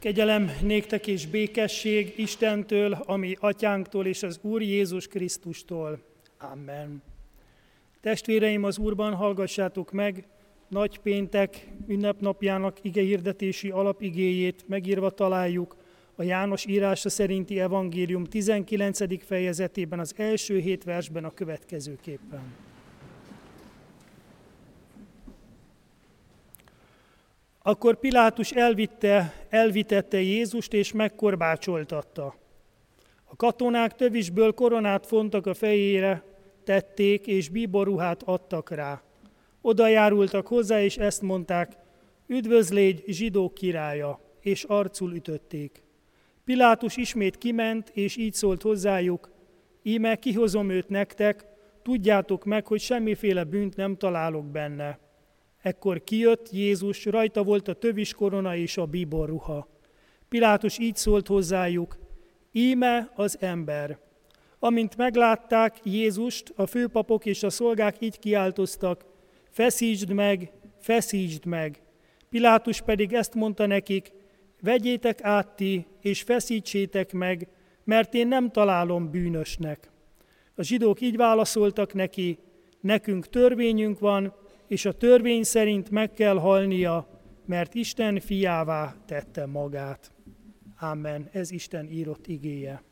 Kegyelem néktek és békesség Istentől, ami atyánktól és az Úr Jézus Krisztustól. Amen. Testvéreim, az Úrban hallgassátok meg nagypéntek ünnepnapjának igehirdetési alapigéjét, megírva találjuk a János írása szerinti evangélium 19. fejezetében, az első 7 versben a következőképpen. Akkor Pilátus elvitette Jézust és megkorbácsoltatta. A katonák tövisből koronát fontak a fejére, tették és bíborruhát adtak rá. Oda járultak hozzá, és ezt mondták: üdvözlégy, zsidók királya, és arcul ütötték. Pilátus ismét kiment, és így szólt hozzájuk: íme kihozom őt nektek, tudjátok meg, hogy semmiféle bűnt nem találok benne. Ekkor kijött Jézus, rajta volt a tövis korona és a bíborruha. Pilátus így szólt hozzájuk: íme az ember. Amint meglátták Jézust, a főpapok és a szolgák így kiáltoztak: feszítsd meg, feszítsd meg! Pilátus pedig ezt mondta nekik: vegyétek át ti, és feszítsétek meg, mert én nem találom bűnösnek. A zsidók így válaszoltak neki: nekünk törvényünk van, és a törvény szerint meg kell halnia, mert Isten fiává tette magát. Amen. Ez Isten írott igéje.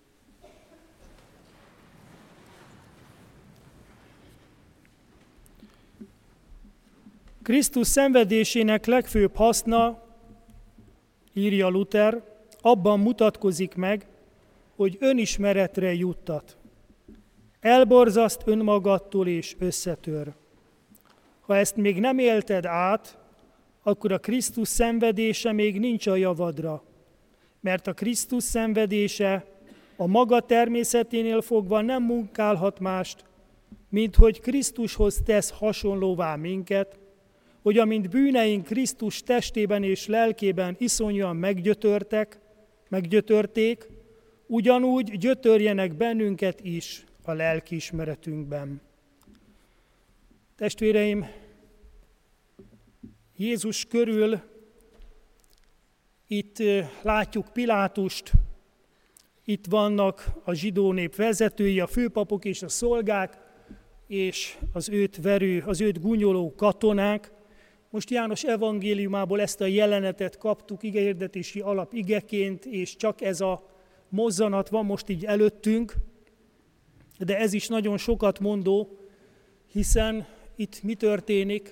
Krisztus szenvedésének legfőbb haszna, írja Luther, abban mutatkozik meg, hogy önismeretre juttat. Elborzaszt önmagadtól és összetör. Ha ezt még nem élted át, akkor a Krisztus szenvedése még nincs a javadra, mert a Krisztus szenvedése a maga természeténél fogva nem munkálhat mást, mint hogy Krisztushoz tesz hasonlóvá minket, hogy amint bűneink Krisztus testében és lelkében iszonyúan meggyötörték, ugyanúgy gyötörjenek bennünket is a lelkiismeretünkben. Testvéreim, Jézus körül itt látjuk Pilátust, itt vannak a zsidó nép vezetői, a főpapok és a szolgák, és az őt gúnyoló katonák. Most János evangéliumából ezt a jelenetet kaptuk igehirdetési alapigeként, és csak ez a mozzanat van most így előttünk, de ez is nagyon sokat mondó, hiszen itt mi történik?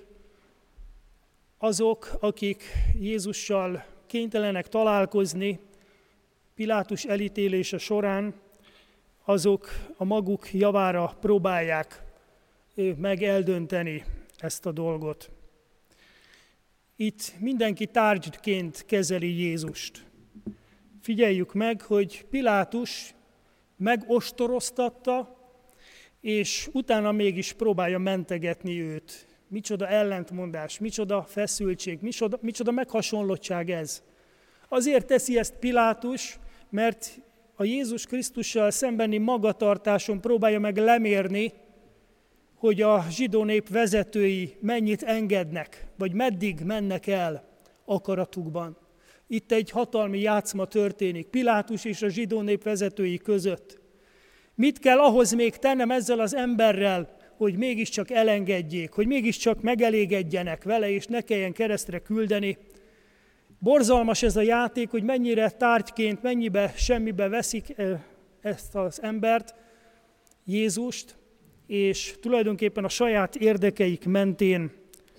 Azok, akik Jézussal kénytelenek találkozni Pilátus elítélése során, azok a maguk javára próbálják meg eldönteni ezt a dolgot. Itt mindenki tárgyként kezeli Jézust. Figyeljük meg, hogy Pilátus megostoroztatta, és utána mégis próbálja mentegetni őt. Micsoda ellentmondás, micsoda feszültség, micsoda meghasonlottság ez. Azért teszi ezt Pilátus, mert a Jézus Krisztussal szembeni magatartáson próbálja meg lemérni, hogy a zsidó nép vezetői mennyit engednek, vagy meddig mennek el akaratukban. Itt egy hatalmi játszma történik Pilátus és a zsidó nép vezetői között. Mit kell ahhoz még tennem ezzel az emberrel, hogy mégiscsak elengedjék, hogy mégiscsak megelégedjenek vele, és ne kelljen keresztre küldeni. Borzalmas ez a játék, hogy mennyire tárgyként, mennyibe, semmibe veszik ezt az embert, Jézust, és tulajdonképpen a saját érdekeik mentén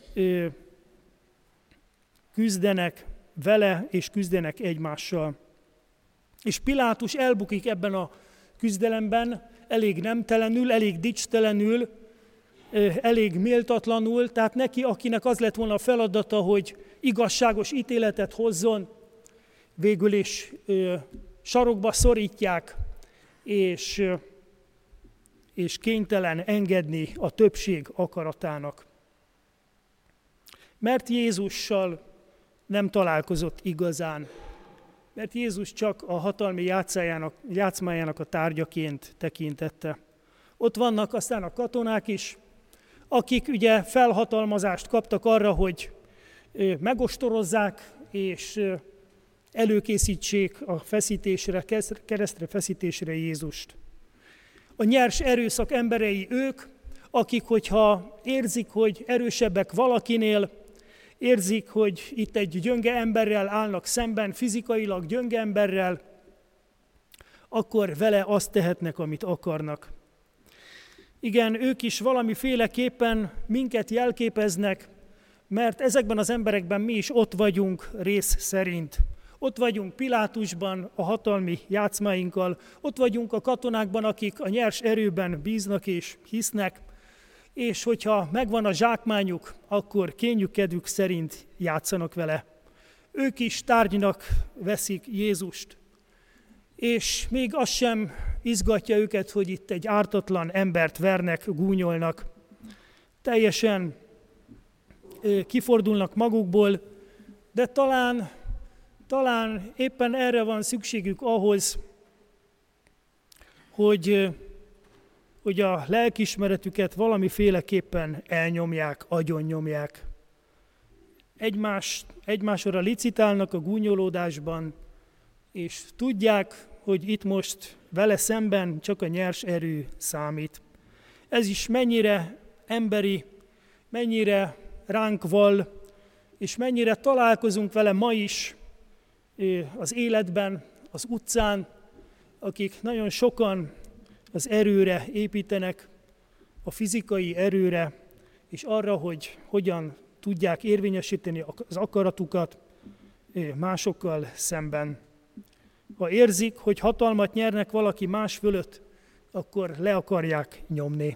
küzdenek vele, és küzdenek egymással. És Pilátus elbukik ebben a küzdelemben, elég nemtelenül, elég dicstelenül, elég méltatlanul, tehát neki, akinek az lett volna a feladata, hogy igazságos ítéletet hozzon, végül is sarokba szorítják, és kénytelen engedni a többség akaratának. Mert Jézussal nem találkozott igazán, mert Jézus csak a hatalmi játszmájának a tárgyaként tekintette. Ott vannak aztán a katonák is, akik ugye felhatalmazást kaptak arra, hogy megostorozzák és előkészítsék a feszítésre, keresztre feszítésre Jézust. A nyers erőszak emberei ők, akik, hogyha érzik, hogy erősebbek valakinél, érzik, hogy itt egy gyönge emberrel állnak szemben, fizikailag gyönge emberrel, akkor vele azt tehetnek, amit akarnak. Igen, ők is valamiféleképpen minket jelképeznek, mert ezekben az emberekben mi is ott vagyunk rész szerint. Ott vagyunk Pilátusban a hatalmi játszmáinkkal, ott vagyunk a katonákban, akik a nyers erőben bíznak és hisznek, és hogyha megvan a zsákmányuk, akkor kényük kedvük szerint játszanak vele. Ők is tárgynak veszik Jézust, és még az sem izgatja őket, hogy itt egy ártatlan embert vernek, gúnyolnak. Teljesen kifordulnak magukból, de talán éppen erre van szükségük ahhoz, hogy a lelkiismeretüket valamiféleképpen elnyomják, agyonnyomják. Egymásra licitálnak a gúnyolódásban, és tudják, hogy itt most vele szemben csak a nyers erő számít. Ez is mennyire emberi, mennyire ránk vall, és mennyire találkozunk vele ma is az életben, az utcán, akik nagyon sokan az erőre építenek, a fizikai erőre, és arra, hogy hogyan tudják érvényesíteni az akaratukat másokkal szemben. Ha érzik, hogy hatalmat nyernek valaki más fölött, akkor le akarják nyomni.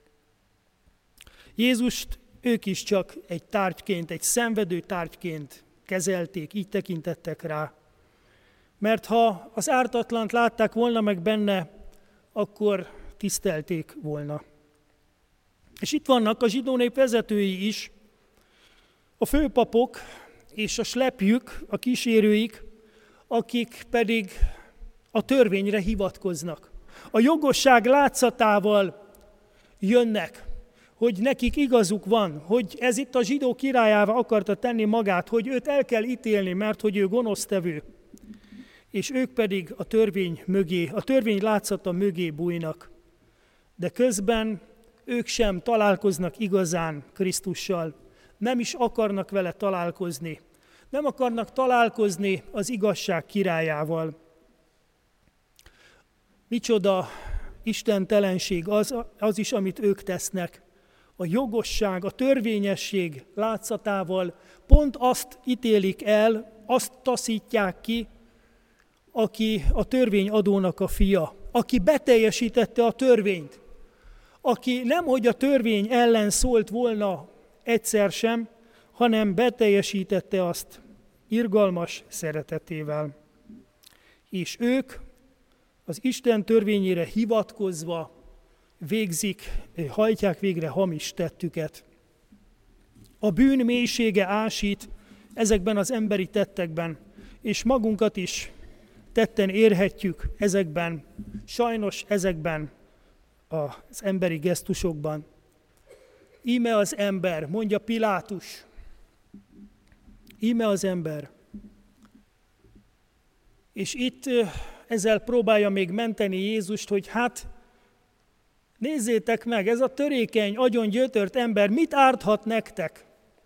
Jézust ők is csak egy tárgyként, egy szenvedő tárgyként kezelték, így tekintettek rá. Mert ha az ártatlant látták volna meg benne, akkor tisztelték volna. És itt vannak a zsidó nép vezetői is, a főpapok és a slepjük, a kísérőik, akik pedig a törvényre hivatkoznak. A jogosság látszatával jönnek, hogy nekik igazuk van, hogy ez itt a zsidó királyává akarta tenni magát, hogy őt el kell ítélni, mert hogy ő gonosztevő. És ők pedig a törvény mögé, a törvény látszata mögé bújnak. De közben ők sem találkoznak igazán Krisztussal, nem is akarnak vele találkozni. Nem akarnak találkozni az igazság királyával. Micsoda istentelenség az is, amit ők tesznek. A jogosság, a törvényesség látszatával pont azt ítélik el, azt taszítják ki, aki a törvényadónak a fia, aki beteljesítette a törvényt, aki nemhogy a törvény ellen szólt volna egyszer sem, hanem beteljesítette azt irgalmas szeretetével. És ők az Isten törvényére hivatkozva hajtják végre hamis tettüket. A bűn mélysége ásít ezekben az emberi tettekben, és magunkat is tetten érhetjük ezekben, sajnos ezekben az emberi gesztusokban. Íme az ember, mondja Pilátus, íme az ember. És itt ezzel próbálja még menteni Jézust, hogy hát nézzétek meg, ez a törékeny, agyon gyötört ember mit árthat nektek?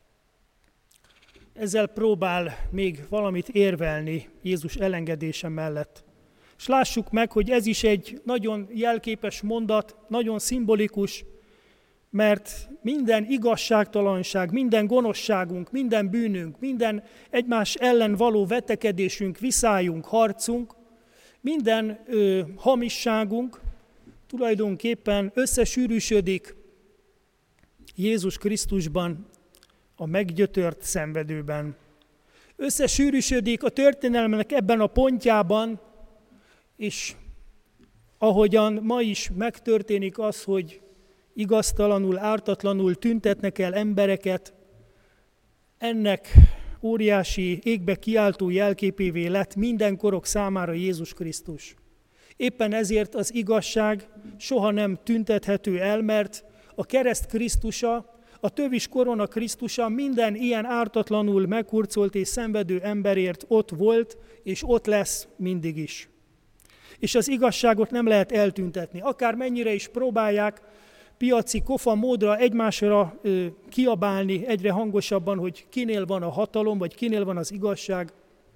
Ezzel próbál még valamit érvelni Jézus elengedése mellett. És lássuk meg, hogy ez is egy nagyon jelképes mondat, nagyon szimbolikus, mert minden igazságtalanság, minden gonoszságunk, minden bűnünk, minden egymás ellen való vetekedésünk, viszályunk, harcunk, minden hamisságunk tulajdonképpen összesűrűsödik Jézus Krisztusban, a meggyötört szenvedőben. Összesűrűsödik a történelmnek ebben a pontjában, és ahogyan ma is megtörténik az, hogy igaztalanul, ártatlanul tüntetnek el embereket, ennek óriási égbe kiáltó jelképévé lett minden korok számára Jézus Krisztus. Éppen ezért az igazság soha nem tüntethető el, mert a kereszt Krisztusa, A tövis korona Krisztusa minden ilyen ártatlanul meghurcolt és szenvedő emberért ott volt, és ott lesz mindig is. És az igazságot nem lehet eltüntetni. Akár mennyire is próbálják piaci kofa módra egymásra kiabálni egyre hangosabban, hogy kinél van a hatalom, vagy kinél van az igazság.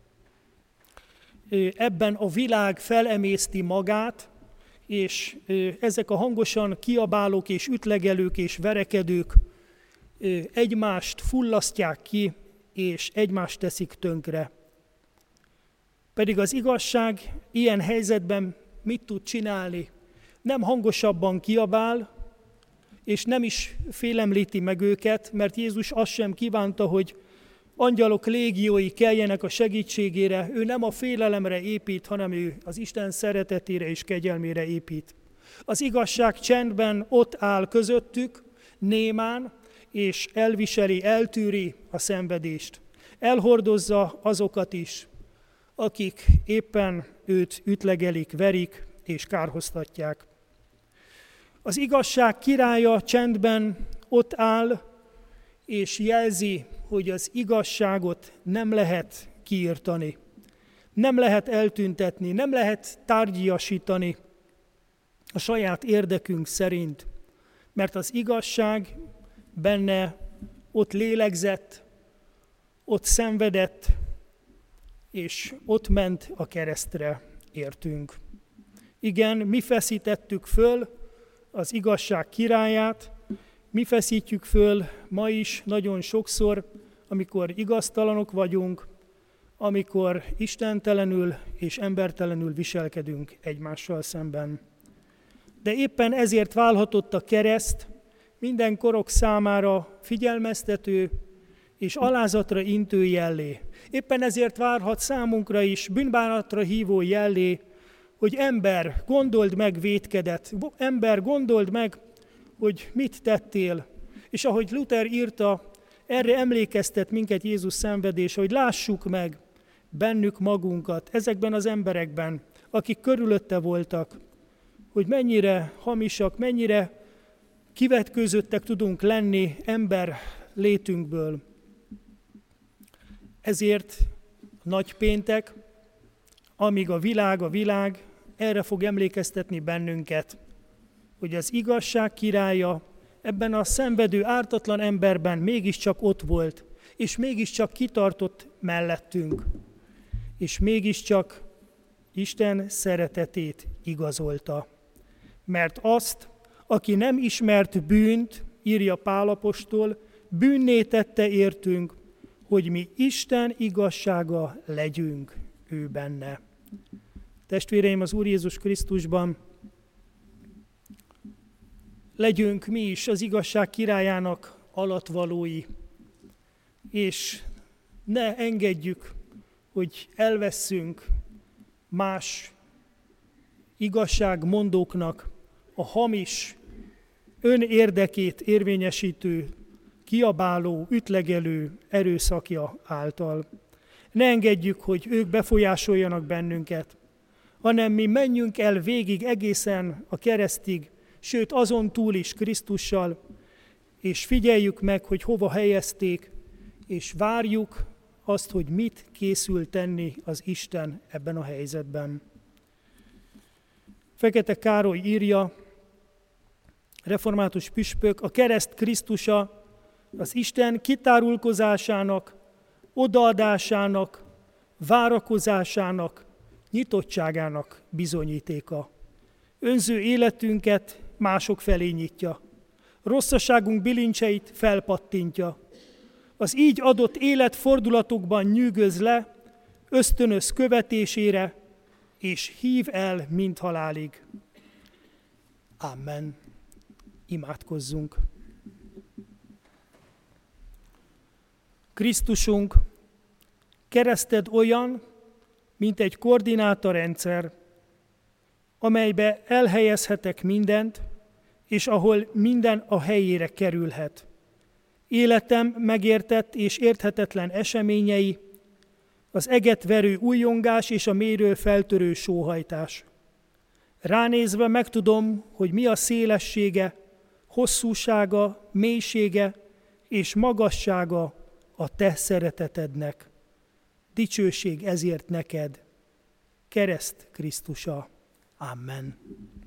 Ebben a világ felemészti magát, és ezek a hangosan kiabálók és ütlegelők és verekedők egymást fullasztják ki, és egymást teszik tönkre. Pedig az igazság ilyen helyzetben mit tud csinálni? Nem hangosabban kiabál, és nem is félemlíti meg őket, mert Jézus azt sem kívánta, hogy angyalok légiói keljenek a segítségére. Ő nem a félelemre épít, hanem ő az Isten szeretetére és kegyelmére épít. Az igazság csendben ott áll közöttük, némán, és elviseli, eltűri a szenvedést. Elhordozza azokat is, akik éppen őt ütlegelik, verik és kárhoztatják. Az igazság királya csendben ott áll, és jelzi, hogy az igazságot nem lehet kiirtani, nem lehet eltüntetni, nem lehet tárgyiasítani a saját érdekünk szerint, mert az igazság benne ott lélegzett, ott szenvedett, és ott ment a keresztre értünk. Igen, mi feszítettük föl az igazság királyát, mi feszítjük föl ma is nagyon sokszor, amikor igaztalanok vagyunk, amikor istentelenül és embertelenül viselkedünk egymással szemben. De éppen ezért válhatott a kereszt minden korok számára figyelmeztető és alázatra intő jellé. Éppen ezért várhat számunkra is bűnbánatra hívó jellé, hogy ember, gondold meg vétkedet, ember, gondold meg, hogy mit tettél. És ahogy Luther írta, erre emlékeztet minket Jézus szenvedése, hogy lássuk meg bennük magunkat, ezekben az emberekben, akik körülötte voltak, hogy mennyire hamisak, mennyire kivetkőzöttek tudunk lenni ember létünkből. Ezért nagypéntek, amíg a világ erre fog emlékeztetni bennünket, hogy az igazság királya ebben a szenvedő, ártatlan emberben mégiscsak ott volt, és mégiscsak kitartott mellettünk, és mégiscsak Isten szeretetét igazolta. Mert azt, aki nem ismert bűnt, írja Pál apostol, bűnné tette értünk, hogy mi Isten igazsága legyünk ő benne. Testvéreim, az Úr Jézus Krisztusban legyünk mi is az igazság királyának alatvalói, és ne engedjük, hogy elvesszünk más igazságmondóknak a hamis, önérdekét érvényesítő, kiabáló, ütlegelő erőszakja által. Ne engedjük, hogy ők befolyásoljanak bennünket, hanem mi menjünk el végig egészen a keresztig, sőt azon túl is Krisztussal, és figyeljük meg, hogy hova helyezték, és várjuk azt, hogy mit készül tenni az Isten ebben a helyzetben. Fekete Károly írja, református püspök, a kereszt Krisztusa az Isten kitárulkozásának, odaadásának, várakozásának, nyitottságának bizonyítéka. Önző életünket mások felé nyitja. Rosszaságunk bilincseit felpattintja. Az így adott életfordulatokban nyűgöz le, ösztönöz követésére, és hív el mind halálig. Amen. Imádkozzunk. Krisztusunk, kereszted olyan, mint egy koordinátarendszer, amelybe elhelyezhetek mindent, és ahol minden a helyére kerülhet. Életem megértett és érthetetlen eseményei, az eget verő újjongás és a mélyről feltörő sóhajtás. Ránézve megtudom, hogy mi a szélessége, hosszúsága, mélysége és magassága a te szeretetednek. Dicsőség ezért neked, Kereszt Krisztusa. Amen.